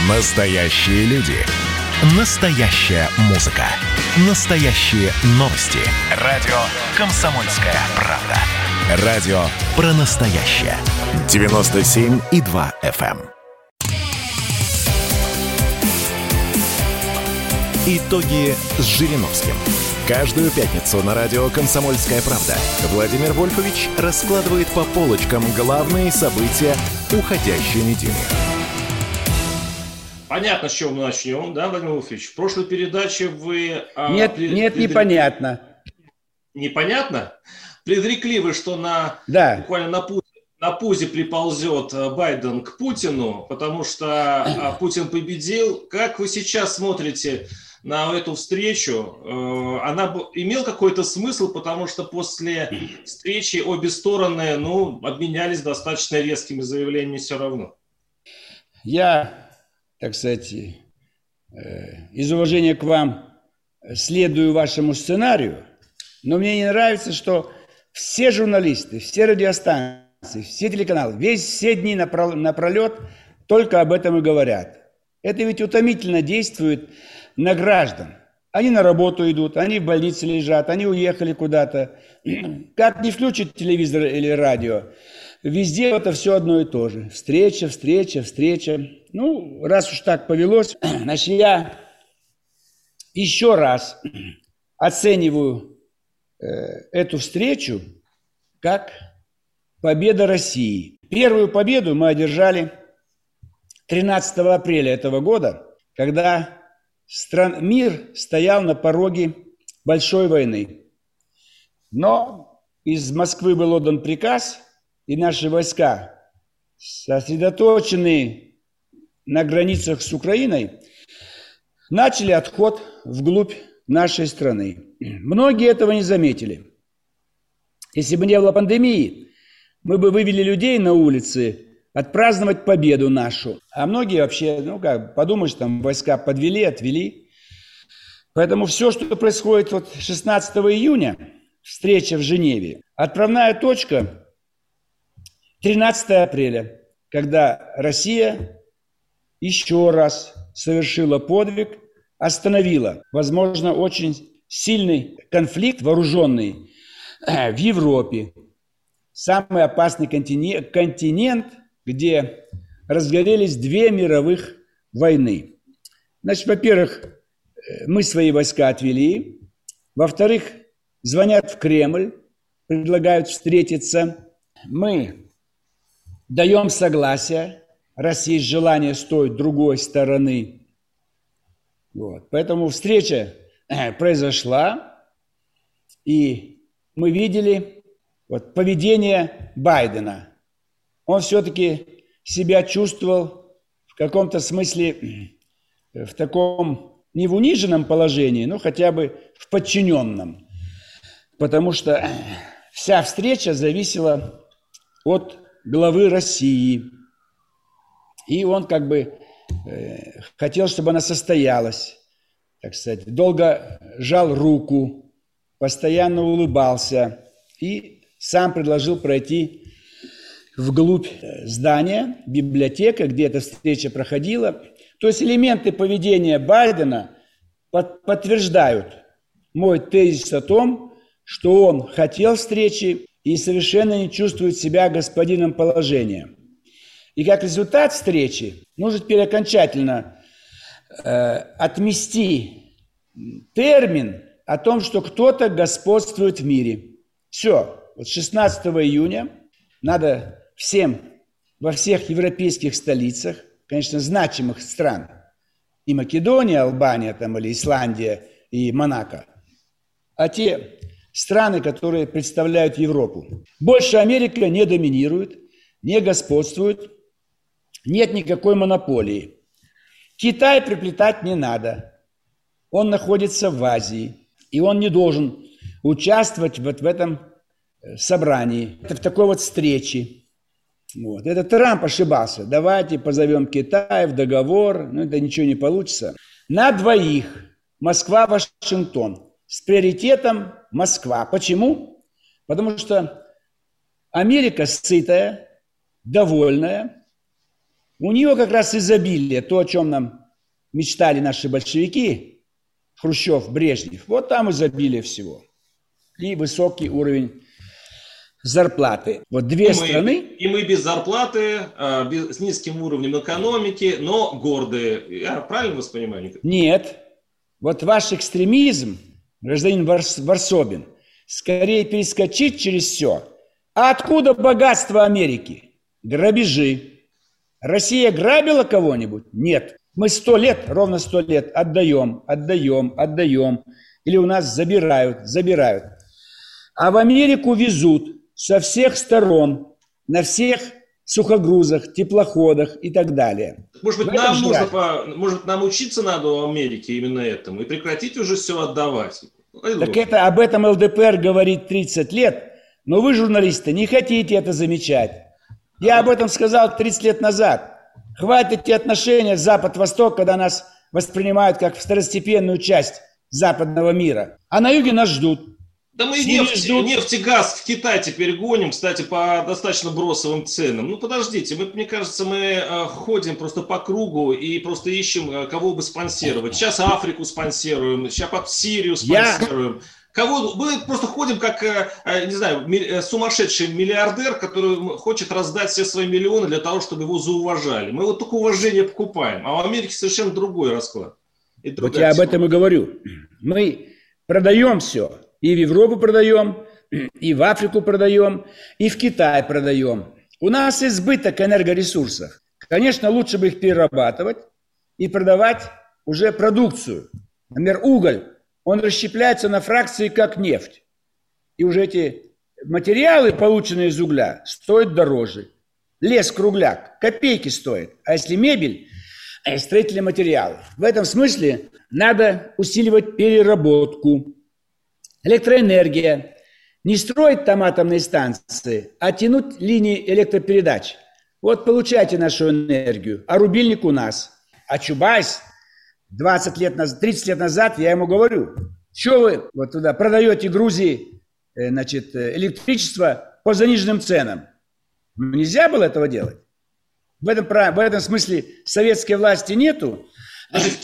Настоящие люди. Настоящая музыка. Настоящие новости. Радио «Комсомольская правда». Радио про настоящее. 97,2 FM. Итоги с Жириновским. Каждую пятницу на радио «Комсомольская правда» Владимир Вольфович раскладывает по полочкам главные события уходящей недели. Понятно, с чего мы начнем, да, Владимир Вольфович? В прошлой передаче вы... непонятно. Непонятно? Предрекли вы, что буквально на пузе приползет Байден к Путину, потому что Путин победил. Как вы сейчас смотрите на эту встречу? Она имела какой-то смысл, потому что после встречи обе стороны, обменялись достаточно резкими заявлениями все равно. Я, так сказать, из уважения к вам следую вашему сценарию, но мне не нравится, что все журналисты, все радиостанции, все телеканалы, все дни напролет только об этом и говорят. Это ведь утомительно действует на граждан. Они на работу идут, они в больнице лежат, они уехали куда-то. Как не включат телевизор или радио, везде это все одно и то же. Встреча. Раз уж так повелось, значит, я еще раз оцениваю эту встречу как победа России. Первую победу мы одержали 13 апреля этого года, когда мир стоял на пороге большой войны. Но из Москвы был отдан приказ, и наши войска, сосредоточенные на границах с Украиной, начали отход вглубь нашей страны. Многие этого не заметили. Если бы не было пандемии, мы бы вывели людей на улицы отпраздновать победу нашу. А многие вообще, подумаешь, там войска подвели, отвели. Поэтому все, что происходит 16 июня, встреча в Женеве, отправная точка 13 апреля, когда Россия еще раз совершила подвиг, остановила, возможно, очень сильный конфликт вооруженный в Европе. Самый опасный континент, где разгорелись две мировых войны. Значит, во-первых, мы свои войска отвели. Во-вторых, звонят в Кремль, предлагают встретиться. Мы даем согласие, раз есть желание с той другой стороны. Поэтому встреча произошла, и мы видели поведение Байдена. Он все-таки себя чувствовал в каком-то смысле в таком не в униженном положении, но хотя бы в подчиненном. Потому что вся встреча зависела от главы России. И он хотел, чтобы она состоялась, так сказать. Долго жал руку, постоянно улыбался и сам предложил пройти вглубь здания, библиотека, где эта встреча проходила. То есть элементы поведения Байдена подтверждают мой тезис о том, что он хотел встречи и совершенно не чувствует себя господином положения. И как результат встречи нужно теперь окончательно отмести термин о том, что кто-то господствует в мире. Все. 16 июня надо всем во всех европейских столицах, конечно, значимых стран, и Македония, Албания или Исландия, и Монако, а те страны, которые представляют Европу. Больше Америка не доминирует, не господствует, нет никакой монополии. Китай приплетать не надо. Он находится в Азии, и он не должен участвовать в этом собрании, в такой встрече. Это Трамп ошибался. Давайте позовем Китай в договор. Это ничего не получится. На двоих Москва-Вашингтон. С приоритетом Москва. Почему? Потому что Америка сытая, довольная, У нее как раз изобилие, то, о чем нам мечтали наши большевики, Хрущев, Брежнев, вот там изобилие всего. И высокий уровень зарплаты. Вот две страны. И мы без зарплаты, с низким уровнем экономики, но гордые. Я правильно вас понимаю? Нет. Вот ваш экстремизм, гражданин Варсобин, скорее перескочить через все. А откуда богатство Америки? Грабежи. Россия грабила кого-нибудь? Нет. Мы 100 лет, ровно 100 лет отдаем. Или у нас забирают. А в Америку везут со всех сторон, на всех сухогрузах, теплоходах и так далее. Может быть, нам учиться надо у Америки именно этому и прекратить уже все отдавать. Так об этом ЛДПР говорит 30 лет, но вы, журналисты, не хотите это замечать. Я об этом сказал 30 лет назад. Хватит эти отношения Запад-Восток, когда нас воспринимают как второстепенную часть западного мира. А на юге нас ждут. Да мы нефть и газ в Китай теперь гоним, кстати, по достаточно бросовым ценам. Ну, подождите, мне кажется, мы ходим просто по кругу и просто ищем, кого бы спонсировать. Сейчас Африку спонсируем, сейчас Сирию спонсируем. Мы просто ходим как, не знаю, сумасшедший миллиардер, который хочет раздать все свои миллионы для того, чтобы его зауважали. Мы вот только уважение покупаем, а в Америке совершенно другой расклад. Вот я об этом и говорю. Мы продаем все. И в Европу продаем, и в Африку продаем, и в Китай продаем. У нас избыток энергоресурсов. Конечно, лучше бы их перерабатывать и продавать уже продукцию. Например, уголь, он расщепляется на фракции, как нефть. И уже эти материалы, полученные из угля, стоят дороже. Лес-кругляк копейки стоит. А если мебель, строительные материалы. В этом смысле надо усиливать переработку. Электроэнергия. Не строить там атомные станции, а тянуть линии электропередач. Вот получайте нашу энергию, а рубильник у нас. А Чубайс 30 лет назад я ему говорю, что вы вот туда продаете Грузии электричество по заниженным ценам? Нельзя было этого делать. В этом смысле советской власти нету. Значит,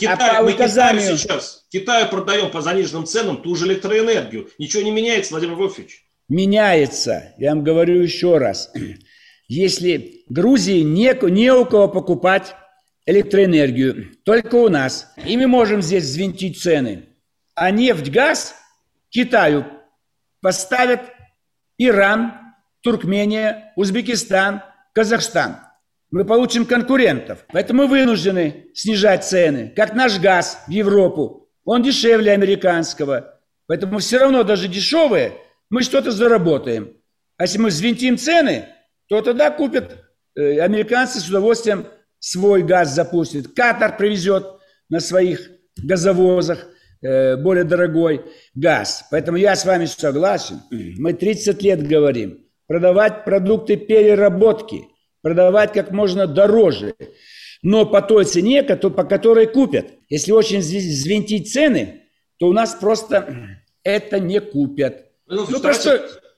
Китаю продаем по заниженным ценам ту же электроэнергию. Ничего не меняется, Владимир Вольфович? Меняется. Я вам говорю еще раз. Если Грузии не у кого покупать электроэнергию, только у нас. И мы можем здесь взвинтить цены. А нефть, газ Китаю поставят Иран, Туркмения, Узбекистан, Казахстан. Мы получим конкурентов. Поэтому мы вынуждены снижать цены. Как наш газ в Европу. Он дешевле американского. Поэтому все равно даже дешевые мы что-то заработаем. А если мы взвинтим цены, то тогда купят американцы с удовольствием свой газ запустят. Катар привезет на своих газовозах более дорогой газ. Поэтому я с вами согласен. Мы 30 лет говорим. Продавать продукты переработки. Продавать как можно дороже, но по той цене, по которой купят. Если очень взвинтить цены, то у нас просто это не купят. Простой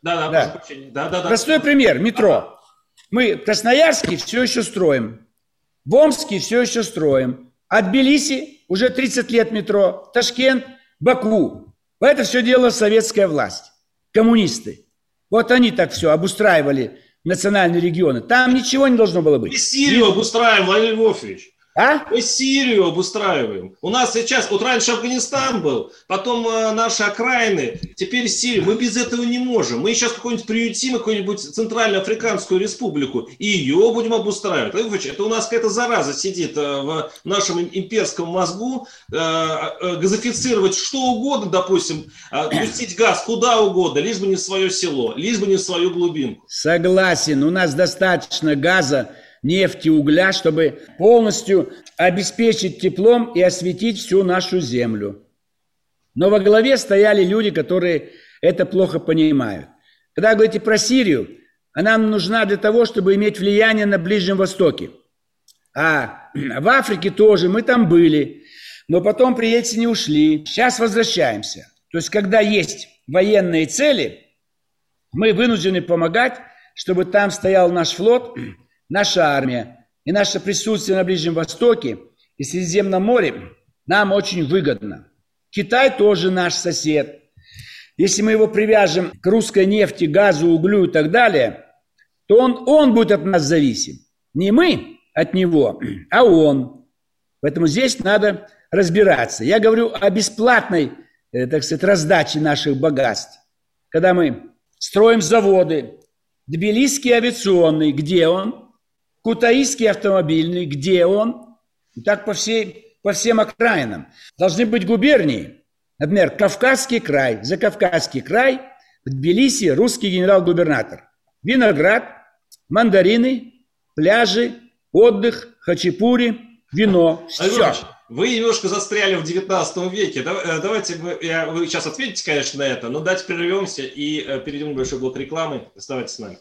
пример. Метро. Мы в Красноярске все еще строим. В Омске все еще строим. От Тбилиси уже 30 лет метро. Ташкент, Баку. Это все делала советская власть. Коммунисты. Вот они так все обустраивали национальные регионы. Там ничего не должно было быть. Мы Сирию обустраиваем, Владимир Львович. Мы Сирию обустраиваем. У нас сейчас, вот раньше Афганистан был, потом наши окраины, теперь Сирия. Мы без этого не можем. Мы сейчас какой-нибудь приютим, какую-нибудь Центральноафриканскую республику, и ее будем обустраивать. Это у нас какая-то зараза сидит в нашем имперском мозгу, газифицировать что угодно, допустим, пустить газ куда угодно, лишь бы не в свое село, лишь бы не в свою глубинку. Согласен, у нас достаточно газа, нефти, угля, чтобы полностью обеспечить теплом и осветить всю нашу землю. Но во главе стояли люди, которые это плохо понимают. Когда вы говорите про Сирию, она нужна для того, чтобы иметь влияние на Ближнем Востоке. А в Африке тоже мы там были, но потом при Ельцине ушли. Сейчас возвращаемся. То есть, когда есть военные цели, мы вынуждены помогать, чтобы там стоял наш флот, наша армия. и наше присутствие на Ближнем Востоке и Средиземном море нам очень выгодно. Китай тоже наш сосед. Если мы его привяжем к русской нефти, газу, углю и так далее, то он будет от нас зависим. Не мы от него, а он. Поэтому здесь надо разбираться. Я говорю о бесплатной, так сказать, раздаче наших богатств. Когда мы строим заводы, Тбилисский авиационный, где он? Кутаисский автомобильный, где он? И так по всем окраинам. Должны быть губернии. Например, Кавказский край. За Кавказский край в Тбилиси русский генерал-губернатор. Виноград, мандарины, пляжи, отдых, хачапури, вино. Все. Вы немножко застряли в 19 веке. Давайте вы сейчас ответите, конечно, на это, но давайте прервемся и перейдем к большой блок рекламы. Оставайтесь с нами.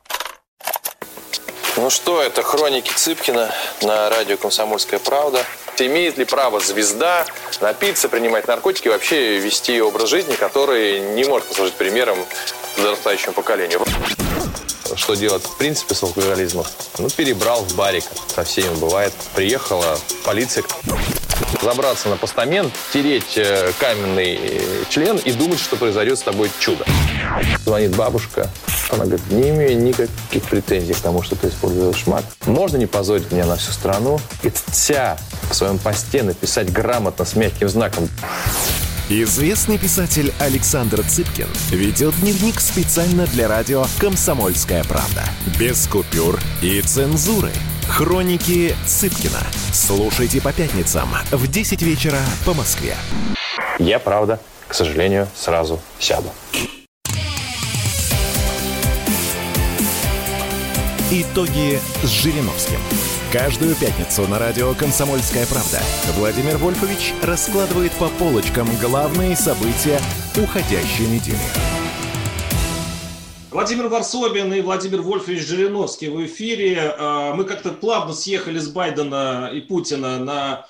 Ну что, это хроники Цыпкина на радио «Комсомольская правда». Имеет ли право звезда напиться, принимать наркотики и вообще вести образ жизни, который не может послужить примером подрастающему поколению? Что делать в принципе с алкоголизмом? Ну, перебрал в барик. Со всеми бывает. Приехала полиция. Забраться на постамент, тереть каменный член и думать, что произойдет с тобой чудо. Звонит бабушка. Она говорит, не имею никаких претензий к тому, что ты используешь мат. Можно не позорить меня на всю страну и вся в своем посте написать грамотно с мягким знаком. Известный писатель Александр Цыпкин ведет дневник специально для радио «Комсомольская правда». Без купюр и цензуры. Хроники Цыпкина. Слушайте по пятницам в 10 вечера по Москве. Я, правда, к сожалению, сразу сяду. Итоги с Жириновским. Каждую пятницу на радио «Комсомольская правда» Владимир Вольфович раскладывает по полочкам главные события уходящей недели. Владимир Варсобин и Владимир Вольфович Жириновский в эфире. Мы как-то плавно съехали с Байдена и Путина на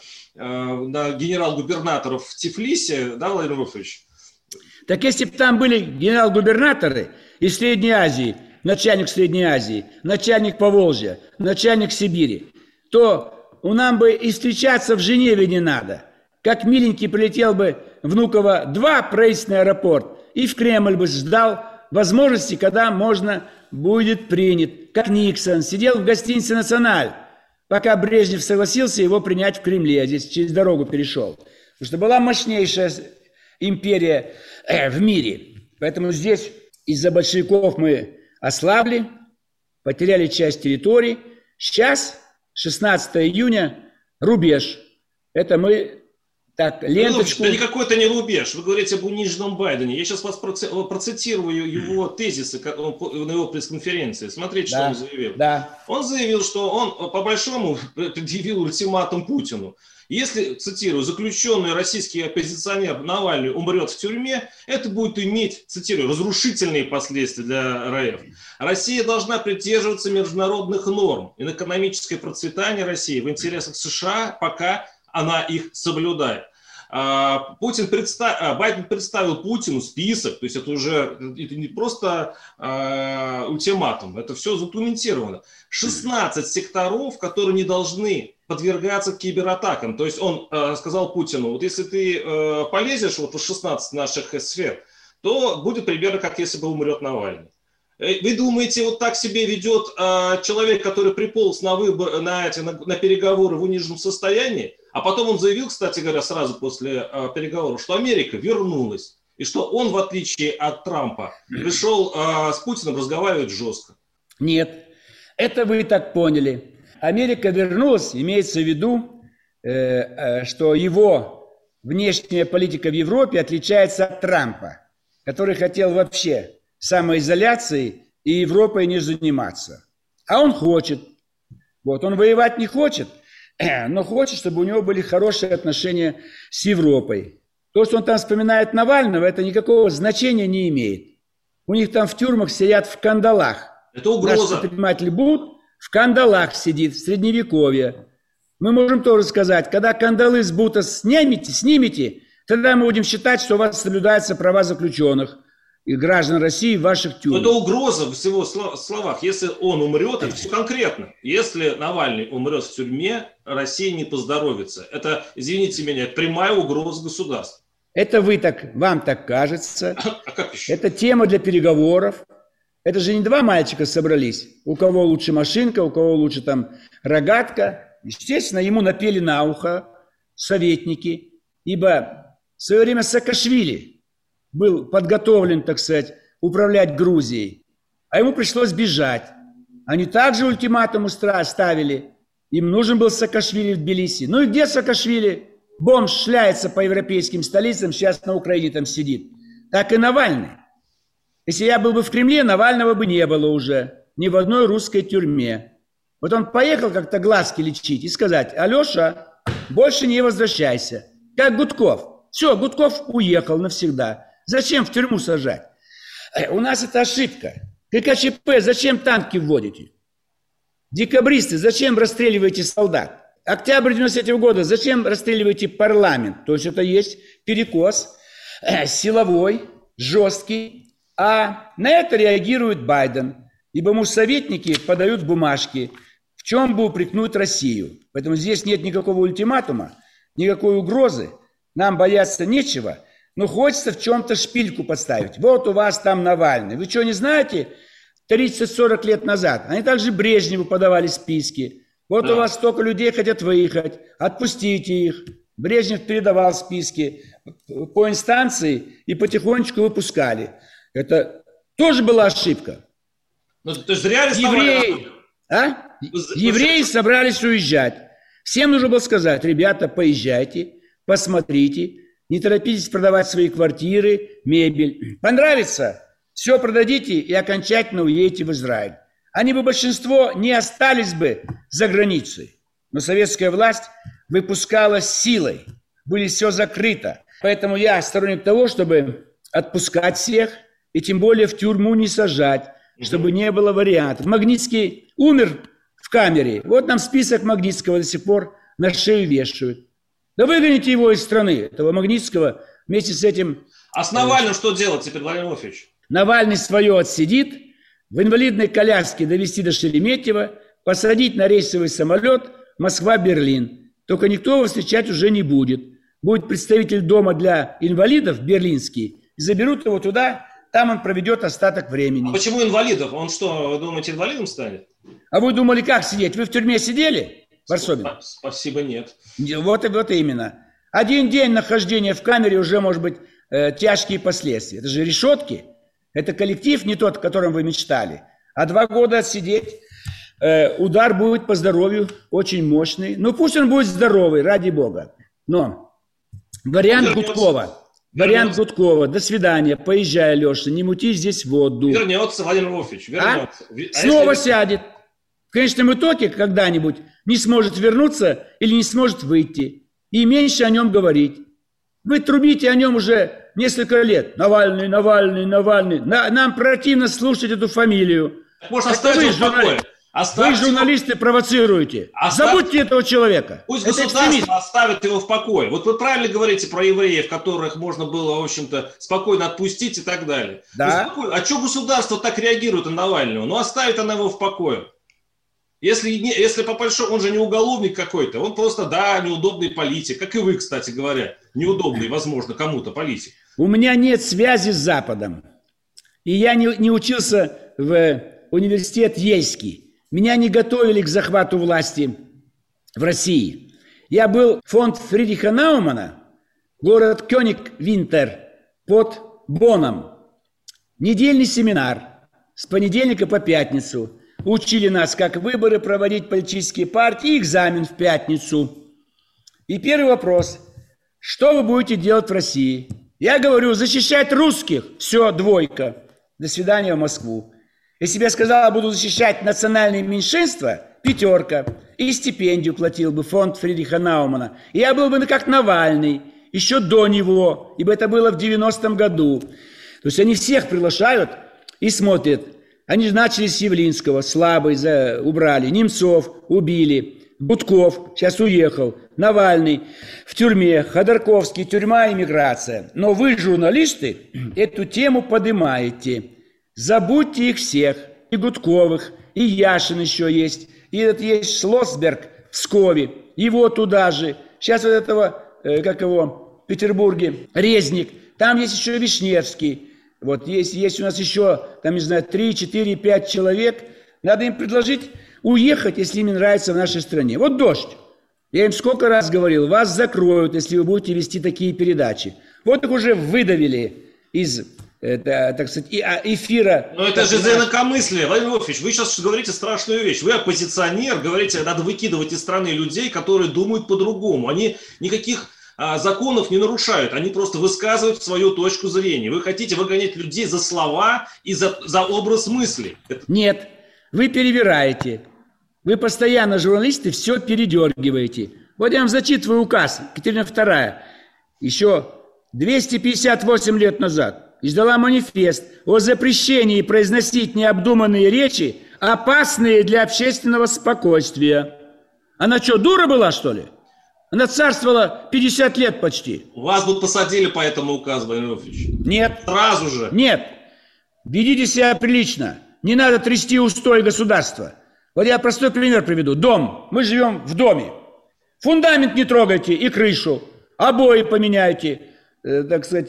генерал-губернаторов в Тифлисе, да, Владимир Вольфович? Так если бы там были генерал-губернаторы из Средней Азии, начальник Средней Азии, начальник Поволжья, начальник Сибири, то у нас бы и встречаться в Женеве не надо. Как миленький прилетел бы Внуково-2 правительственный аэропорт и в Кремль бы ждал возможности, когда можно будет принят. Как Никсон сидел в гостинице «Националь», пока Брежнев согласился его принять в Кремле, а здесь через дорогу перешел. Потому что была мощнейшая империя в мире. Поэтому здесь из-за большевиков мы ослабли, потеряли часть территорий. Сейчас, 16 июня, рубеж. Это мы так, ленточку... Это никакой это не рубеж. Вы говорите об униженном Байдене. Я сейчас вас процитирую его тезисы на его пресс-конференции. Смотрите, что он заявил. Да. Он заявил, что он по-большому предъявил ультиматум Путину. Если, цитирую, заключенный российский оппозиционер Навальный умрет в тюрьме, это будет иметь, цитирую, разрушительные последствия для РФ. Россия должна придерживаться международных норм и экономическое процветание России в интересах США, пока она их соблюдает. Байден представил Путину список, то есть это уже не просто ультиматум, это все задокументировано. 16 секторов, которые не должны подвергаться кибератакам. То есть он сказал Путину, вот если ты полезешь вот в 16 наших сфер, то будет примерно как если бы умрет Навальный. Вы думаете, вот так себя ведет человек, который приполз на переговоры в униженном состоянии? А потом он заявил, кстати говоря, сразу после переговоров, что Америка вернулась. И что он, в отличие от Трампа, пришел с Путиным разговаривать жестко. Нет, это вы так поняли. Америка вернулась, имеется в виду, что его внешняя политика в Европе отличается от Трампа, который хотел вообще самоизоляцией и Европой не заниматься. А он хочет. Вот, он воевать не хочет, но хочет, чтобы у него были хорошие отношения с Европой. То, что он там вспоминает Навального, это никакого значения не имеет. У них там в тюрьмах сидят в кандалах. Это угроза. Наш предприниматель Бут в кандалах сидит, в Средневековье. Мы можем тоже сказать, когда кандалы с Бута снимете, тогда мы будем считать, что у вас соблюдаются права заключенных. и граждан России в ваших тюрьмах. Это угроза в его словах. Если он умрет, это все конкретно. Если Навальный умрет в тюрьме, Россия не поздоровится. Это, извините меня, прямая угроза государства. Это вам так кажется. А как еще? Это тема для переговоров. Это же не два мальчика собрались. У кого лучше машинка, у кого лучше там рогатка. Естественно, ему напели на ухо советники. Ибо в свое время Саакашвили был подготовлен, так сказать, управлять Грузией. А ему пришлось бежать. Они также ультиматум ставили. Им нужен был Саакашвили в Тбилиси. Ну и где Саакашвили? Бомж шляется по европейским столицам, сейчас на Украине там сидит. Так и Навальный. Если я был бы в Кремле, Навального бы не было уже ни в одной русской тюрьме. Вот он поехал как-то глазки лечить и сказать: Алеша, больше не возвращайся. Как Гудков. Все, Гудков уехал навсегда. Зачем в тюрьму сажать? У нас это ошибка. ГКЧП, зачем танки вводите? Декабристы, зачем расстреливаете солдат? Октябрь 93 года, зачем расстреливаете парламент? То есть это есть перекос силовой, жесткий. А на это реагирует Байден. Ибо ему советники подают бумажки, в чем бы упрекнуть Россию. Поэтому здесь нет никакого ультиматума, никакой угрозы. Нам бояться нечего, но хочется в чем-то шпильку поставить. Вот у вас там Навальный. Вы что, не знаете, 30-40 лет назад они также Брежневу подавали списки. Вот у вас столько людей хотят выехать, отпустите их. Брежнев передавал списки по инстанции и потихонечку выпускали. Это тоже была ошибка. Ну, то есть зря Евреи собрались уезжать. Всем нужно было сказать: ребята, поезжайте, посмотрите, не торопитесь продавать свои квартиры, мебель. Понравится? Все продадите и окончательно уедете в Израиль. Они бы, большинство, не остались бы за границей. Но советская власть выпускала силой. Были все закрыто. Поэтому я сторонник того, чтобы отпускать всех и тем более в тюрьму не сажать, чтобы не было вариантов. Магнитский умер в камере. Вот нам список Магнитского до сих пор на шею вешают. Да выгоните его из страны, этого Магнитского, вместе с этим... А с Навальным что делать теперь, Владимир Вольфович? Навальный свое отсидит, в инвалидной коляске довести до Шереметьево, посадить на рейсовый самолет Москва-Берлин. Только никто его встречать уже не будет. Будет представитель дома для инвалидов берлинский, и заберут его туда, там он проведет остаток времени. А почему инвалидов? Он что, вы думаете, инвалидом станет? А вы думали, как сидеть? Вы в тюрьме сидели, Варсобин? Спасибо, нет. Вот именно. Один день нахождения в камере уже может быть тяжкие последствия. Это же решетки. Это коллектив не тот, о котором вы мечтали. А 2 года отсидеть, удар будет по здоровью очень мощный. Ну пусть он будет здоровый, ради бога. Но вариант Гудкова. Вариант Гудкова. До свидания, поезжай, Леша, не мути здесь воду. Вернется, Владимир Вольфович, вернется. Снова сядет. В конечном итоге когда-нибудь не сможет вернуться или не сможет выйти. И меньше о нем говорить. Вы трубите о нем уже несколько лет. Навальный, Навальный, Навальный. Нам противно слушать эту фамилию. Можно оставить его в покое. Вы, журналисты, провоцируете. Забудьте этого человека. Пусть государство оставит его в покое. Вот вы правильно говорите про евреев, которых можно было, в общем-то, спокойно отпустить и так далее. Да. А что государство так реагирует на Навального? Ну, оставит она его в покое. Если по большому, он же не уголовник какой-то, он просто, неудобный политик, как и вы, кстати говоря, неудобный, возможно, кому-то политик. У меня нет связи с Западом. И я не учился в университет Ельский. Меня не готовили к захвату власти в России. Я был в фонд Фридриха Наумана, город Кёниг-Винтер, под Бонном. Недельный семинар с понедельника по пятницу. Учили нас, как выборы проводить, политические партии, экзамен в пятницу. И первый вопрос. Что вы будете делать в России? Я говорю, защищать русских. Все, 2. До свидания в Москву. Если бы я сказал, буду защищать национальные меньшинства, 5. И стипендию платил бы фонд Фридриха Наумана. И я был бы как Навальный, еще до него, ибо это было в 90-м году. То есть они всех приглашают и смотрят. Они же начали с Явлинского, слабый убрали, Немцов убили. Гудков, сейчас уехал, Навальный в тюрьме, Ходорковский, тюрьма, иммиграция. Но вы, журналисты, эту тему поднимаете. Забудьте их всех, и Гудковых, и Яшин еще есть, и этот есть Шлосберг в Пскове, его туда же. Сейчас вот этого, в Петербурге, Резник, там есть еще Вишневский. Вот есть у нас еще, там, не знаю, 3, 4, 5 человек. Надо им предложить уехать, если им не нравится в нашей стране. Вот «Дождь». Я им сколько раз говорил, вас закроют, если вы будете вести такие передачи. Вот их уже выдавили из, так сказать, эфира. Но это же за инакомыслие, Владимир Вольфович. Вы сейчас говорите страшную вещь. Вы оппозиционер, говорите, надо выкидывать из страны людей, которые думают по-другому. Они никаких законов не нарушают, они просто высказывают свою точку зрения. Вы хотите выгонять людей за слова и за образ мысли. Нет, вы перевираете. Вы постоянно, журналисты, все передергиваете. Вот я вам зачитываю указ. Екатерина II еще 258 лет назад издала манифест о запрещении произносить необдуманные речи, опасные для общественного спокойствия. Она что, дура была, что ли? Она царствовала 50 лет почти. Вас бы посадили по этому указу, Владимир Вольфович? Нет. Сразу же? Нет. Ведите себя прилично. Не надо трясти устой государства. Вот я простой пример приведу. Дом. Мы живем в доме. Фундамент не трогайте и крышу. Обои поменяйте. Так сказать,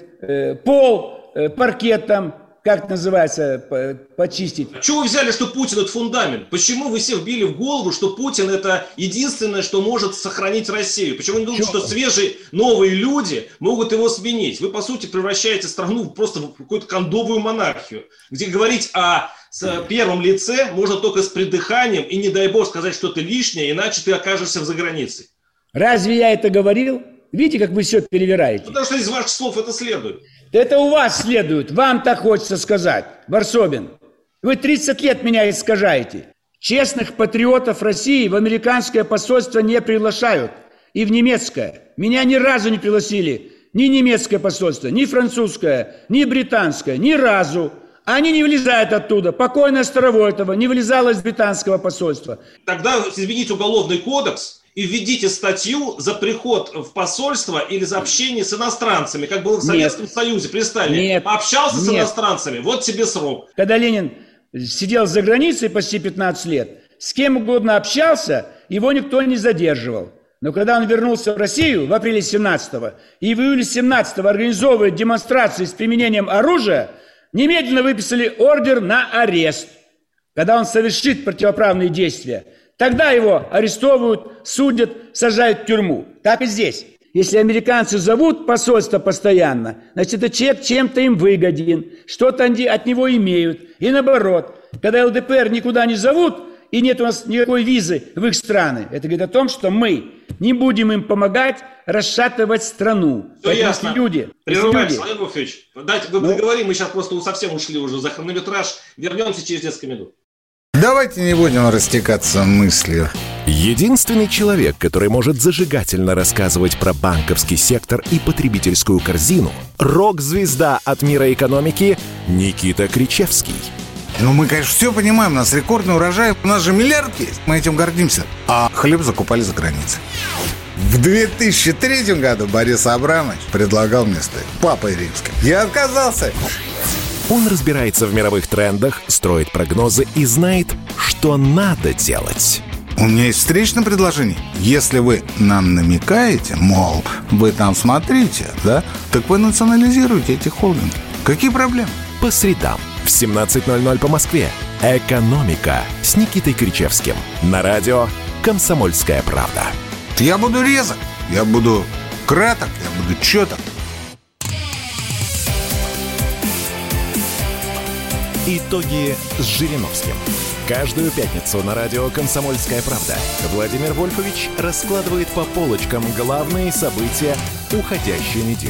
пол, паркет там, как это называется, почистить. А чего вы взяли, что Путин это фундамент? Почему вы все вбили в голову, что Путин это единственное, что может сохранить Россию? Почему вы не думаете, что свежие новые люди могут его сменить? Вы, по сути, превращаете страну просто в какую-то кондовую монархию, где говорить о первом лице можно только с придыханием и, не дай бог, сказать что-то лишнее, иначе ты окажешься за границей. Разве я это говорил? Видите, как вы все перевираете? Потому что из ваших слов это следует. Это у вас следует, вам так хочется сказать, Варсобин. Вы 30 лет меня искажаете. Честных патриотов России в американское посольство не приглашают. И в немецкое. Меня ни разу не пригласили. Ни немецкое посольство, ни французское, ни британское. Ни разу. Они не вылезают оттуда. Покойная Старовойтова не вылезала из британского посольства. Тогда измените уголовный кодекс и введите статью за приход в посольство или за общение с иностранцами, как было в Советском Союзе при Сталине. Нет. Общался с иностранцами, вот тебе срок. Когда Ленин сидел за границей почти 15 лет, с кем угодно общался, его никто не задерживал. Но когда он вернулся в Россию в апреле 17-го и в июле 17-го организовывает демонстрации с применением оружия, немедленно выписали ордер на арест. Когда он совершит противоправные действия, тогда его арестовывают, судят, сажают в тюрьму. Так и здесь. Если американцы зовут посольство постоянно, значит, этот человек чем-то им выгоден, что-то они от него имеют. И наоборот, когда ЛДПР никуда не зовут, и нет у нас никакой визы в их страны, это говорит о том, что мы не будем им помогать расшатывать страну. Все ясно. Люди, прерываемся, Владимир Вольфович. Дайте договорим, мы сейчас просто совсем ушли уже за хронометраж. Вернемся через несколько минут. Давайте не будем растекаться мыслью. Единственный человек, который может зажигательно рассказывать про банковский сектор и потребительскую корзину – рок-звезда от мира экономики Никита Кричевский. Ну, мы, конечно, все понимаем, у нас рекордный урожай, у нас же миллиард есть, мы этим гордимся. А хлеб закупали за границей. В 2003 году Борис Абрамович предлагал мне стать папой римским. Я отказался. Он разбирается в мировых трендах, строит прогнозы и знает, что надо делать. У меня есть встречное предложение. Если вы нам намекаете, мол, вы там смотрите, да, так вы национализируете эти холдинги. Какие проблемы? По средам в 17:00 по Москве. «Экономика» с Никитой Кричевским. На радио «Комсомольская правда». Я буду резок, я буду краток, я буду чёток. Итоги с Жириновским. Каждую пятницу на радио «Комсомольская правда» Владимир Вольфович раскладывает по полочкам главные события уходящей недели.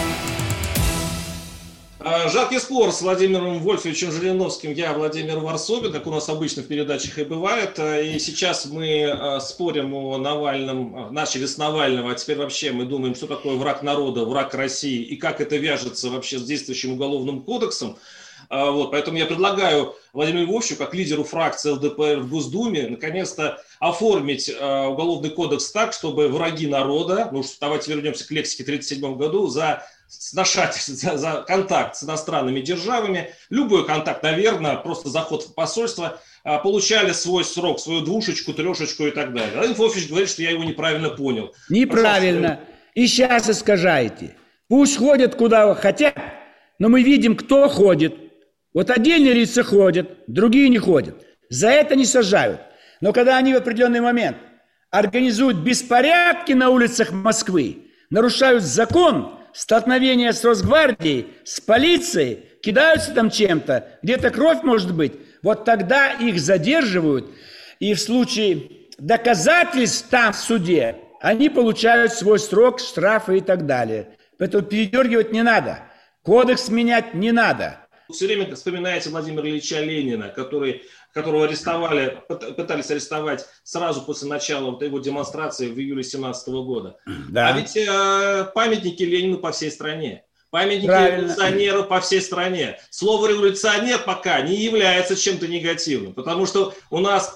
Жаркий спор с Владимиром Вольфовичем Жириновским. Я Владимир Варсобин, как у нас обычно в передачах и бывает. И сейчас мы спорим о Навальном. Начали с Навального, а теперь вообще мы думаем, что такое враг народа, враг России и как это вяжется вообще с действующим уголовным кодексом. Вот, поэтому я предлагаю Владимиру Львовичу, как лидеру фракции ЛДПР в Госдуме, наконец-то оформить уголовный кодекс так, чтобы враги народа, ну, давайте вернемся к лексике в 1937 году, за контакт с иностранными державами, любой контакт, наверное, просто заход в посольство, получали свой срок, свою двушечку, трешечку и так далее. Владимир Львович говорит, что я его неправильно понял. Неправильно. И сейчас искажаете. Пусть ходят куда хотят, но мы видим, кто ходит. Вот отдельные лица ходят, другие не ходят. За это не сажают. Но когда они в определенный момент организуют беспорядки на улицах Москвы, нарушают закон, столкновения с Росгвардией, с полицией, кидаются там чем-то, где-то кровь может быть, вот тогда их задерживают, и в случае доказательств там в суде они получают свой срок, штрафы и так далее. Поэтому передергивать не надо, кодекс менять не надо. Все время вспоминаете Владимира Ильича Ленина, которого арестовали, пытались арестовать сразу после начала вот его демонстрации в июле 2017 года. Да. А ведь памятники Ленину по всей стране. Памятники революционеру по всей стране. Слово «революционер» пока не является чем-то негативным, потому что у нас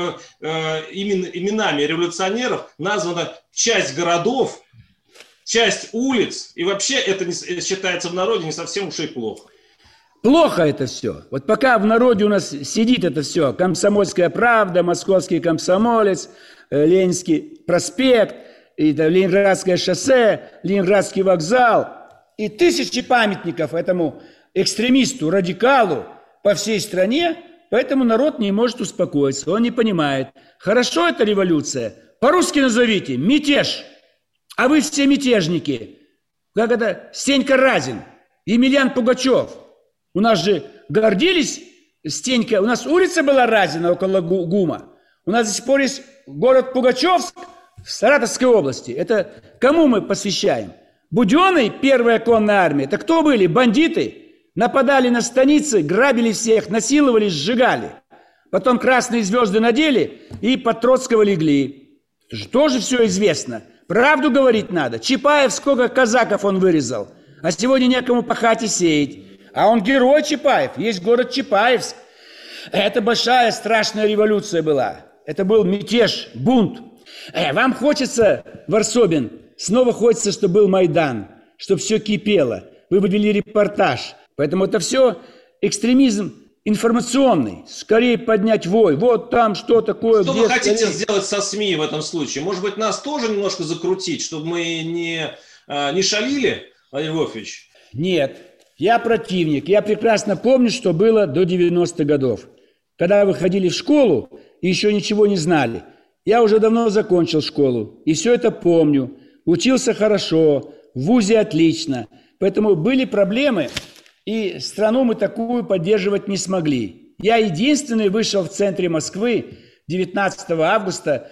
именами революционеров названа часть городов, часть улиц, и вообще это считается в народе не совсем уж и плохо. Плохо это все. Вот пока в народе у нас сидит это все, «Комсомольская правда», «Московский комсомолец», Ленинский проспект, Ленинградское шоссе, Ленинградский вокзал и тысячи памятников этому экстремисту, радикалу по всей стране, поэтому народ не может успокоиться, он не понимает. Хорошо это революция? По-русски назовите мятеж, а вы все мятежники. Как это? Стенька Разин, Емельян Пугачев. У нас же гордились Стенька, у нас улица была Разина около ГУМа. У нас до сих пор есть город Пугачевск в Саратовской области. Это кому мы посвящаем? Буденный, первая конная армия, это кто были? Бандиты. Нападали на станицы, грабили всех, насиловали, сжигали. Потом красные звезды надели и под Троцкого легли. Тоже все известно. Правду говорить надо. Чапаев, сколько казаков он вырезал. А сегодня некому пахать и сеять. А он герой Чапаев, есть город Чапаевск. Это большая страшная революция была. Это был мятеж, бунт. Вам хочется, Варсобин, снова хочется, чтобы был Майдан, чтобы все кипело. Вы вывели репортаж. Поэтому это все экстремизм информационный. Скорее поднять вой. Вот там что такое. Что вы хотите сделать со СМИ в этом случае? Может быть, нас тоже немножко закрутить, чтобы мы не шалили, Владимир Львович? Нет. Я противник. Я прекрасно помню, что было до 90-х годов. Когда вы ходили в школу и еще ничего не знали. Я уже давно закончил школу. И все это помню. Учился хорошо. В вузе отлично. Поэтому были проблемы. И страну мы такую поддерживать не смогли. Я единственный вышел в центре Москвы 19 августа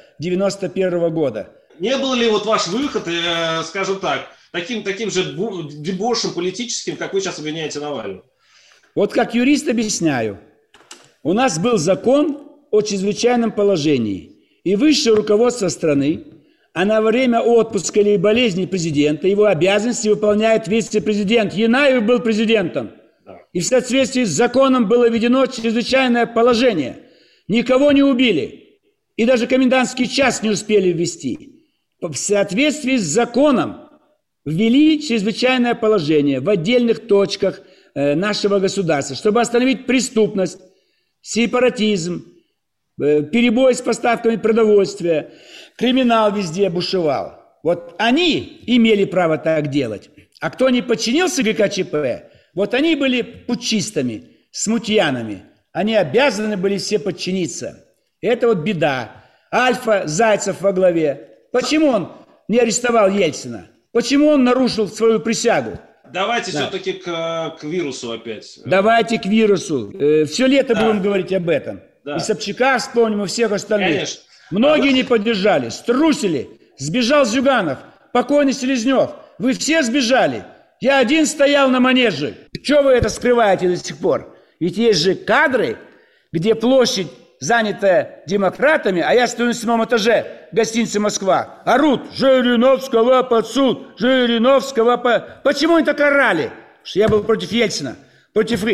91 года. Не был ли вот ваш выход, скажем так, таким же дебошем политическим, как вы сейчас обвиняете Навального? Вот как юрист объясняю. У нас был закон о чрезвычайном положении. И высшее руководство страны, а на время отпуска или болезни президента его обязанности выполняет вице-президент. Янаев был президентом. Да. И в соответствии с законом было введено чрезвычайное положение. Никого не убили. И даже комендантский час не успели ввести. В соответствии с законом ввели чрезвычайное положение в отдельных точках нашего государства, чтобы остановить преступность, сепаратизм, перебой с поставками продовольствия, криминал везде бушевал. Вот они имели право так делать. А кто не подчинился ГКЧП, вот они были путчистами, смутьянами. Они обязаны были все подчиниться. Это вот беда. Альфа Зайцев во главе. Почему он не арестовал Ельцина? Почему он нарушил свою присягу? Давайте все-таки к вирусу опять. Давайте к вирусу. Все лето будем говорить об этом. Да. И Собчака вспомним, и всех остальных. Конечно. Многие не поддержали, струсили. Сбежал Зюганов, покойный Селезнев. Вы все сбежали. Я один стоял на манеже. Чего вы это скрываете до сих пор? Ведь есть же кадры, где площадь занятая демократами, а я стою на 7 этаже гостиницы «Москва». Орут: Жириновского под суд, Жириновского под... Почему они так орали? Потому что я был против Ельцина, против их.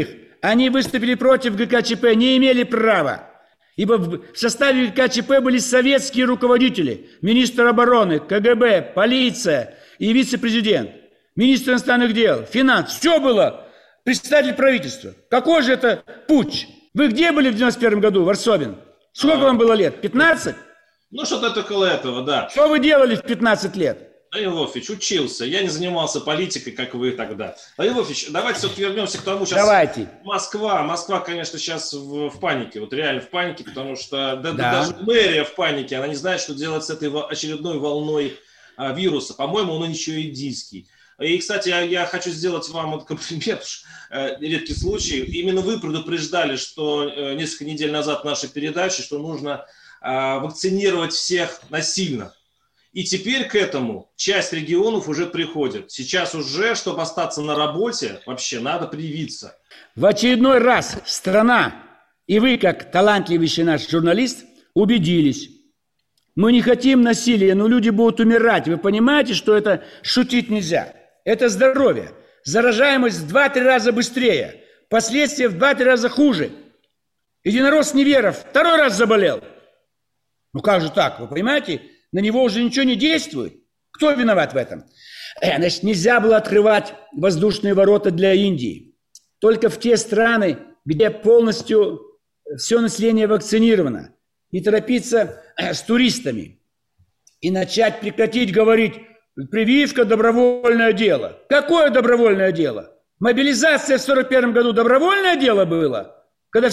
Они выступили против ГКЧП, не имели права. Ибо в составе ГКЧП были советские руководители, министр обороны, КГБ, полиция и вице-президент, министр иностранных дел, финанс. Все было. Представитель правительства. Какой же это путч? Вы где были в 91 году, Варсобин? Сколько вам было лет? 15? Ну, что-то около этого, да. Что вы делали в 15 лет? Владимир Вольфович, учился. Я не занимался политикой, как вы тогда. Владимир Вольфович, давайте все-таки вернемся к тому, сейчас давайте. Москва, конечно, сейчас в панике, вот реально в панике, потому что даже мэрия в панике, она не знает, что делать с этой очередной волной вируса. По-моему, он еще индийский. И, кстати, я хочу сделать вам вот комплимент, редкий случай. Именно вы предупреждали, что несколько недель назад в нашей передаче, что нужно вакцинировать всех насильно. И теперь к этому часть регионов уже приходит. Сейчас уже, чтобы остаться на работе, вообще надо привиться. В очередной раз страна, и вы, как талантливейший наш журналист, убедились. Мы не хотим насилия, но люди будут умирать. Вы понимаете, что это шутить нельзя? Это здоровье. Заражаемость в 2-3 раза быстрее. Последствия в 2-3 раза хуже. Единорос Неверов 2-й раз заболел. Ну как же так, вы понимаете? На него уже ничего не действует. Кто виноват в этом? Значит, нельзя было открывать воздушные ворота для Индии. Только в те страны, где полностью все население вакцинировано. Не торопиться с туристами. И прекратить говорить, прививка – добровольное дело. Какое добровольное дело? Мобилизация в 1941 году добровольное дело было? Когда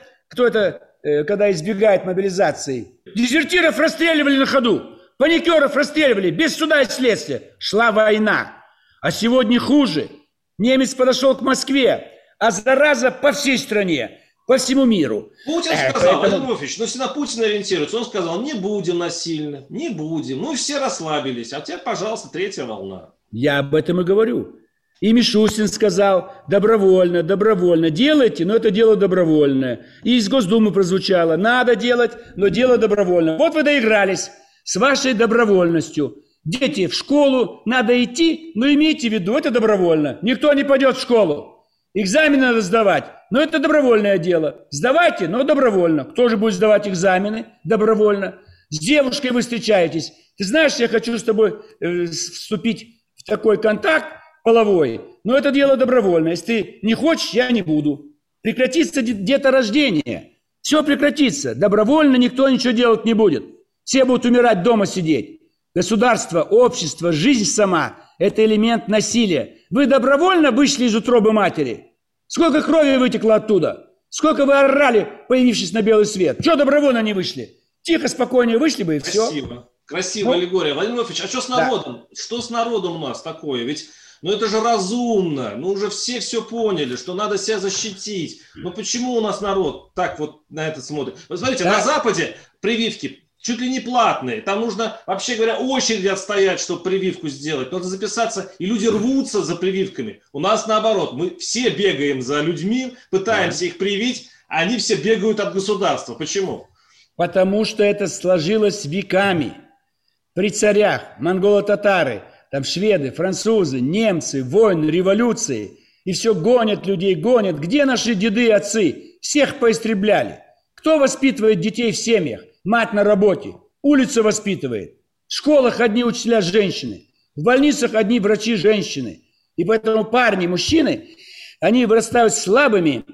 когда избегает мобилизации. Дезертиров расстреливали на ходу, паникеров расстреливали, без суда и следствия. Шла война. А сегодня хуже. Немец подошел к Москве, а зараза по всей стране, по всему миру. Путин сказал, Владимир Вольфович, но если на Путина ориентируется, он сказал, не будем насильно, не будем. Ну, все расслабились, а теперь, пожалуйста, 3-я волна. Я об этом и говорю. И Мишустин сказал, добровольно, добровольно. Делайте, но это дело добровольное. И из Госдумы прозвучало, надо делать, но дело добровольно. Вот вы доигрались с вашей добровольностью. Дети, в школу надо идти, но имейте в виду, это добровольно. Никто не пойдет в школу. Экзамены надо сдавать, но это добровольное дело. Сдавайте, но добровольно. Кто же будет сдавать экзамены добровольно? С девушкой вы встречаетесь. Ты знаешь, я хочу с тобой вступить в такой контакт половой, но это дело добровольное. Если ты не хочешь, я не буду. Прекратится деторождение. Все прекратится. Добровольно никто ничего делать не будет. Все будут умирать дома сидеть. Государство, общество, жизнь сама – это элемент насилия. Вы добровольно вышли из утробы матери? Сколько крови вытекло оттуда? Сколько вы орали, появившись на белый свет? Чего добровольно не вышли? Тихо, спокойнее вышли бы и все. Красиво, аллегория. Владимир Вольфович, а что с народом? Да. Что с народом у нас такое? Ведь это же разумно. Уже все поняли, что надо себя защитить. Но почему у нас народ так вот на это смотрит? Вы смотрите, на Западе прививки чуть ли не платные. Там нужно, вообще говоря, очередь отстоять, чтобы прививку сделать. Надо записаться, и люди рвутся за прививками. У нас наоборот. Мы все бегаем за людьми, пытаемся их привить, а они все бегают от государства. Почему? Потому что это сложилось веками. При царях, монголо-татары, там шведы, французы, немцы, войны, революции. И все гонят людей, гонят. Где наши деды и отцы? Всех поистребляли. Кто воспитывает детей в семьях? Мать на работе. Улицу воспитывает. В школах одни учителя женщины. В больницах одни врачи женщины. И поэтому парни, мужчины, они вырастают слабыми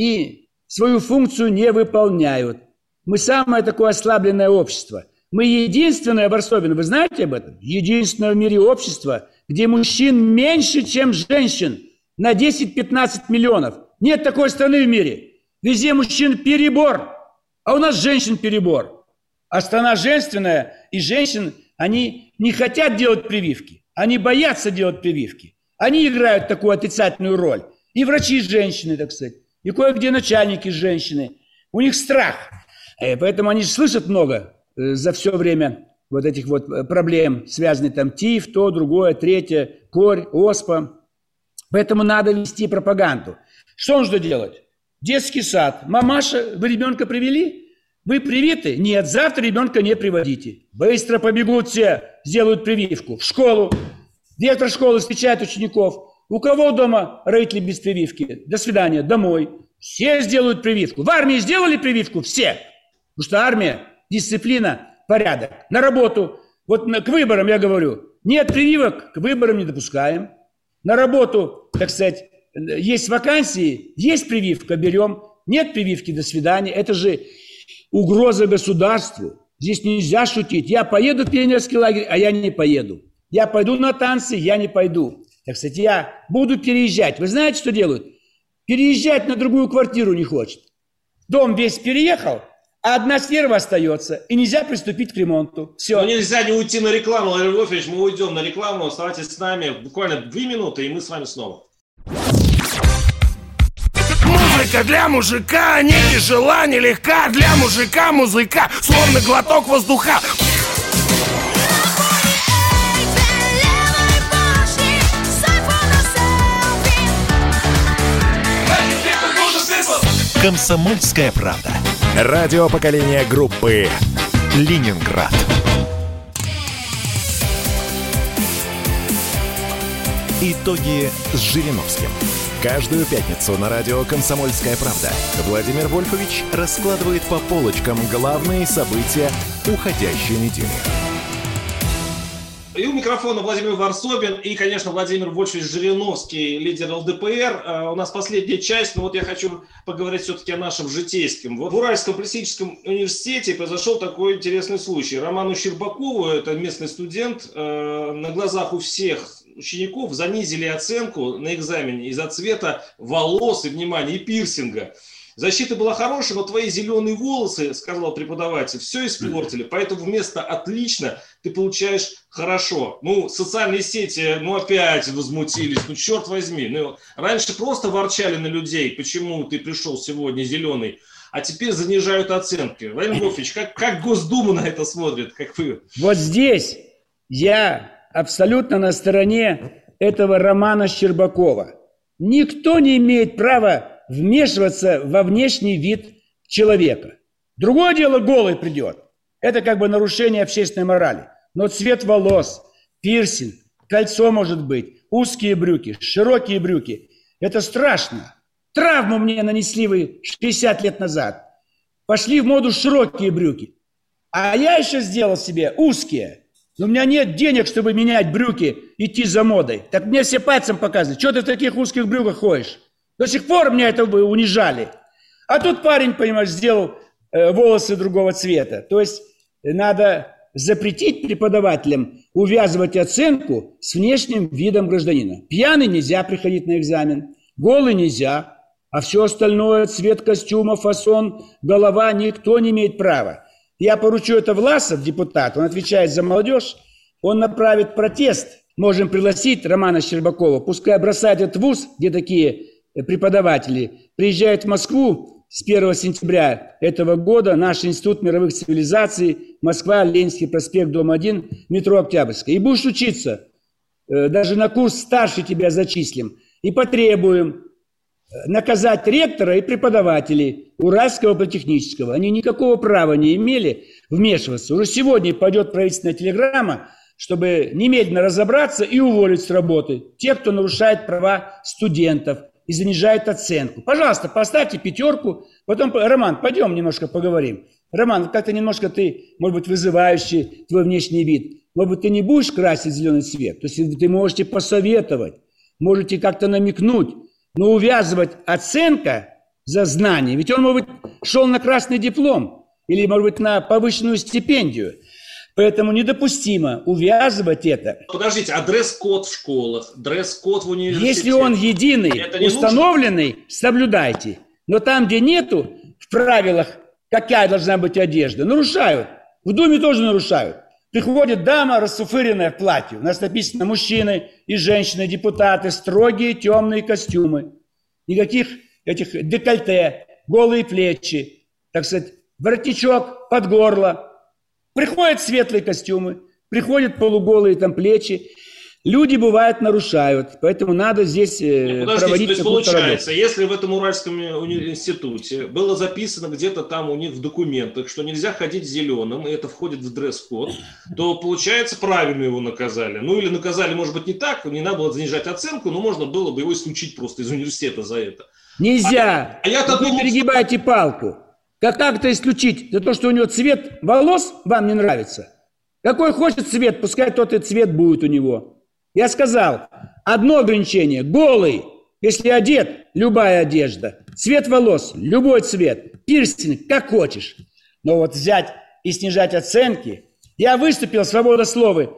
и свою функцию не выполняют. Мы самое такое ослабленное общество. Мы единственное, Варсобин, вы знаете об этом? Единственное в мире общество, где мужчин меньше, чем женщин. На 10-15 миллионов. Нет такой страны в мире. Везде мужчин перебор, а у нас женщин перебор. А страна женственная, и женщин, они не хотят делать прививки. Они боятся делать прививки. Они играют такую отрицательную роль. И врачи женщины, так сказать, и кое-где начальники женщины. У них страх. Поэтому они слышат много за все время вот этих вот проблем, связанных там ТИФ, то, другое, третье, корь, оспа. Поэтому надо вести пропаганду. Что нужно делать? Детский сад. Мамаша, вы ребенка привели? Вы привиты? Нет, завтра ребенка не приводите. Быстро побегут все, сделают прививку. В школу. Директор школы встречает учеников. У кого дома родители без прививки? До свидания, домой. Все сделают прививку. В армии сделали прививку? Все. Потому что армия, дисциплина, порядок. На работу. Вот к выборам я говорю. Нет прививок, к выборам не допускаем. На работу, так сказать, есть вакансии, есть прививка, берем. Нет прививки, до свидания. Это же угроза государству. Здесь нельзя шутить. Я поеду в пионерский лагерь, а я не поеду. Я пойду на танцы, я не пойду. Так сказать, я буду переезжать. Вы знаете, что делают? Переезжать на другую квартиру не хочет. Дом весь переехал, а одна сфера остается. И нельзя приступить к ремонту. Все. Но нельзя не уйти на рекламу, Владимир Вольфович. Мы уйдем на рекламу. Оставайтесь с нами. Буквально 2 минуты, и мы с вами снова. Музыка для мужика не тяжела, не легка. Для мужика музыка, словно глоток воздуха. «Комсомольская правда». Радио поколения группы «Ленинград». Итоги с Жириновским. Каждую пятницу на радио «Комсомольская правда» Владимир Вольфович раскладывает по полочкам главные события уходящей недели. И у микрофона Владимир Варсобин и, конечно, Владимир Вольфович Жириновский, лидер ЛДПР. У нас последняя часть, но вот я хочу поговорить все-таки о нашем житейском. Вот в Уральском политехническом университете произошел такой интересный случай. Роману Щербакову, это местный студент, на глазах у всех учеников занизили оценку на экзамене из-за цвета волос и, внимание, и пирсинга. Защита была хорошая, но твои зеленые волосы, сказал преподаватель, все испортили. Поэтому вместо «отлично» ты получаешь «хорошо». Ну, социальные сети, опять возмутились. Черт возьми. Раньше просто ворчали на людей, почему ты пришел сегодня зеленый, а теперь занижают оценки. Владимир Вольфович, как Госдума на это смотрит? Как вы? Вот здесь я абсолютно на стороне этого Романа Щербакова. Никто не имеет права вмешиваться во внешний вид человека. Другое дело, голый придет. Это как бы нарушение общественной морали. Но цвет волос, пирсинг, кольцо может быть, узкие брюки, широкие брюки. Это страшно. Травму мне нанесли вы 60 лет назад. Пошли в моду широкие брюки. А я еще сделал себе узкие. Но у меня нет денег, чтобы менять брюки, идти за модой. Так мне все пальцем показывают. Что ты в таких узких брюках ходишь? До сих пор меня это унижали. А тут парень, понимаешь, сделал волосы другого цвета. То есть надо запретить преподавателям увязывать оценку с внешним видом гражданина. Пьяный нельзя приходить на экзамен, голый нельзя, а все остальное, цвет костюма, фасон, голова, никто не имеет права. Я поручу это Власов, депутат, он отвечает за молодежь, он направит протест. Можем пригласить Романа Щербакова, пускай бросает этот вуз, где такие преподаватели, приезжают в Москву с 1 сентября этого года, наш Институт мировых цивилизаций, Москва, Ленинский проспект, дом 1, метро Октябрьская. И будешь учиться, даже на курс старше тебя зачислим, и потребуем наказать ректора и преподавателей Уральского политехнического. Они никакого права не имели вмешиваться. Уже сегодня пойдет правительственная телеграмма, чтобы немедленно разобраться и уволить с работы тех, кто нарушает права студентов и занижает оценку. Пожалуйста, поставьте 5. Потом, Роман, пойдем немножко поговорим. Роман, как-то немножко ты, может быть, вызывающий твой внешний вид. Может быть, ты не будешь красить зеленый цвет. То есть ты можете посоветовать, можете как-то намекнуть. Но увязывать оценка за знание, ведь он, может быть, шел на красный диплом или, может быть, на повышенную стипендию. Поэтому недопустимо увязывать это. Подождите, а дресс-код в школах, дресс-код в университете? Если он единый, установленный, соблюдайте. Но там, где нету в правилах, какая должна быть одежда, нарушают. В Думе тоже нарушают. Приходит дама, расфуфыренная в платье. У нас написано: мужчины и женщины, депутаты, строгие темные костюмы. Никаких этих декольте, голые плечи, так сказать, воротничок под горло. Приходят светлые костюмы, приходят полуголые там плечи. Люди, бывает, нарушают, поэтому надо здесь проводить... То есть получается, если в этом Уральском институте было записано где-то там у них в документах, что нельзя ходить зеленым, и это входит в дресс-код, то, получается, правильно его наказали. Ну, или наказали, может быть, не так, не надо было занижать оценку, но можно было бы его исключить просто из университета за это. Нельзя! Вы перегибаете палку. Как-то исключить за то, что у него цвет волос вам не нравится. Какой хочет цвет, пускай тот и цвет будет у него. Я сказал, одно ограничение, голый, если одет, любая одежда, цвет волос, любой цвет, пирсинг, как хочешь. Но вот взять и снижать оценки. Я выступил, свобода слова,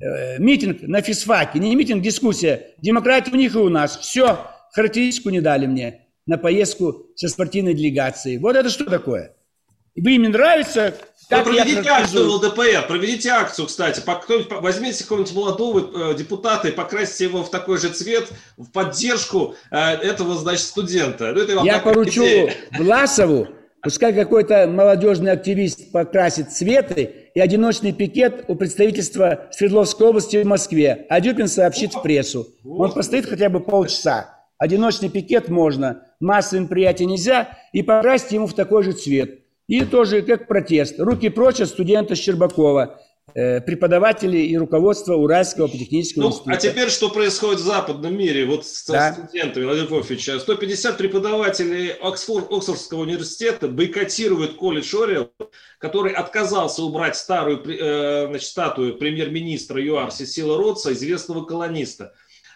митинг на физфаке, не митинг, дискуссия, демократия у них и у нас. Все, характеристику не дали мне на поездку со спортивной делегацией. Вот это что такое? Вы им не нравится... Проведите акцию в ЛДПР, проведите акцию, кстати. Возьмите какого-нибудь молодого депутата и покрасьте его в такой же цвет в поддержку этого, значит, студента. Я поручу Власову, пускай какой-то молодежный активист покрасит цветы и одиночный пикет у представительства Свердловской области в Москве. А Дюпин сообщит в прессу. Он постоит хотя бы полчаса. Одиночный пикет можно, массовым мероприятиям нельзя, и покрасьте ему в такой же цвет. И тоже как протест. Руки прочь от студента Щербакова, преподавателей и руководства Уральского политехнического института. А теперь что происходит в западном мире? Вот с студентами, Владимир Вольфович, 150 преподавателей Оксфордского университета бойкотируют колледж Ориэл, который отказался убрать старую статую премьер-министра ЮАР Сесила Ротса, известного колониста.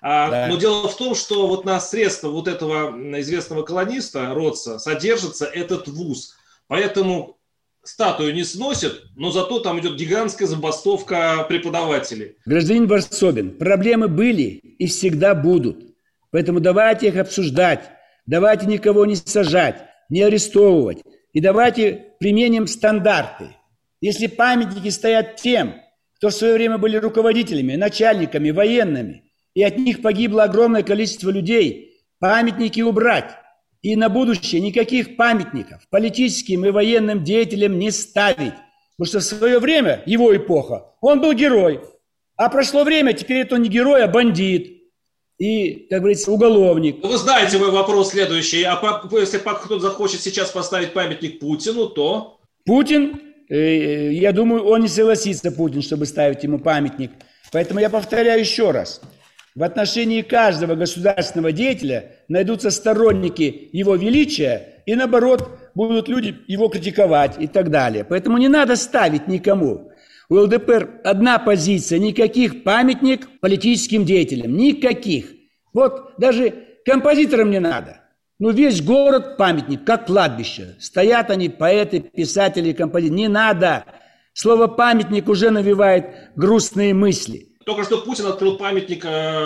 Но дело в том, что вот на средства вот этого известного колониста Ротса содержится этот вуз. Поэтому статую не сносят, но зато там идет гигантская забастовка преподавателей. Гражданин Варсобин, проблемы были и всегда будут. Поэтому давайте их обсуждать, давайте никого не сажать, не арестовывать. И давайте применим стандарты. Если памятники стоят тем, кто в свое время были руководителями, начальниками, военными, и от них погибло огромное количество людей, памятники убрать. И на будущее никаких памятников политическим и военным деятелям не ставить. Потому что в свое время, его эпоха, он был герой. А прошло время, теперь это не герой, а бандит. И, как говорится, уголовник. Вы знаете мой вопрос следующий. А если кто-то захочет сейчас поставить памятник Путину, то... Путин, я думаю, он не согласится, Путин, чтобы ставить ему памятник. Поэтому я повторяю еще раз. В отношении каждого государственного деятеля найдутся сторонники его величия, и наоборот, будут люди его критиковать и так далее. Поэтому не надо ставить никому. У ЛДПР одна позиция, никаких памятник политическим деятелям, никаких. Вот даже композиторам не надо. Ну, весь город памятник, как кладбище. Стоят они, поэты, писатели, композиторы. Не надо. Слово «памятник» уже навевает грустные мысли. Только что Путин открыл памятник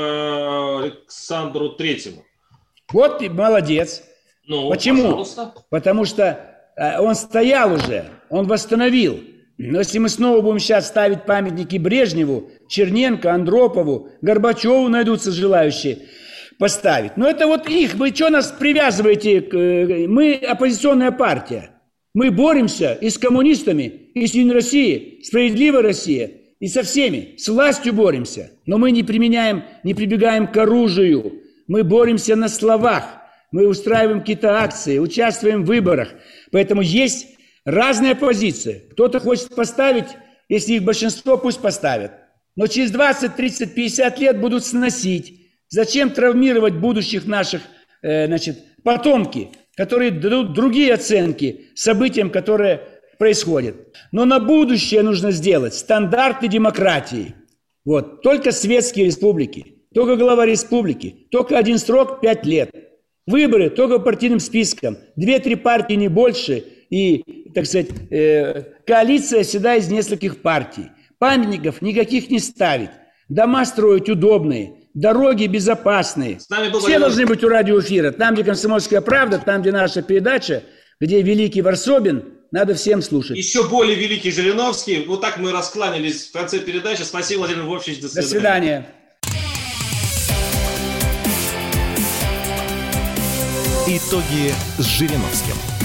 Александру Третьему. Вот и молодец. Ну, почему? Пожалуйста. Потому что он стоял уже, он восстановил. Но если мы снова будем сейчас ставить памятники Брежневу, Черненко, Андропову, Горбачеву, найдутся желающие поставить. Но это вот их. Вы что нас привязываете? Мы оппозиционная партия. Мы боремся и с коммунистами, и с Единой Россией, Справедливой Россией. И со всеми, с властью боремся, но мы не прибегаем к оружию, мы боремся на словах, мы устраиваем какие-то акции, участвуем в выборах, поэтому есть разные позиции. Кто-то хочет поставить, если их большинство, пусть поставят, но через 20, 30, 50 лет будут сносить. Зачем травмировать будущих наших, потомки, которые дадут другие оценки событиям, которые происходит. Но на будущее нужно сделать стандарты демократии. Вот. Только светские республики, только глава республики, только один срок 5 лет. Выборы только по партийным спискам. 2-3 партии, не больше. И, так сказать, коалиция всегда из нескольких партий. Памятников никаких не ставить. Дома строить удобные. Дороги безопасные. Все должны быть у радиоэфира. Там, где «Комсомольская правда», там, где наша передача, где великий Варсобин, надо всем слушать. Еще более великий Жириновский. Вот так мы раскланялись в конце передачи. Спасибо, Владимир Вольфович. До свидания. До свидания. Итоги с Жириновским.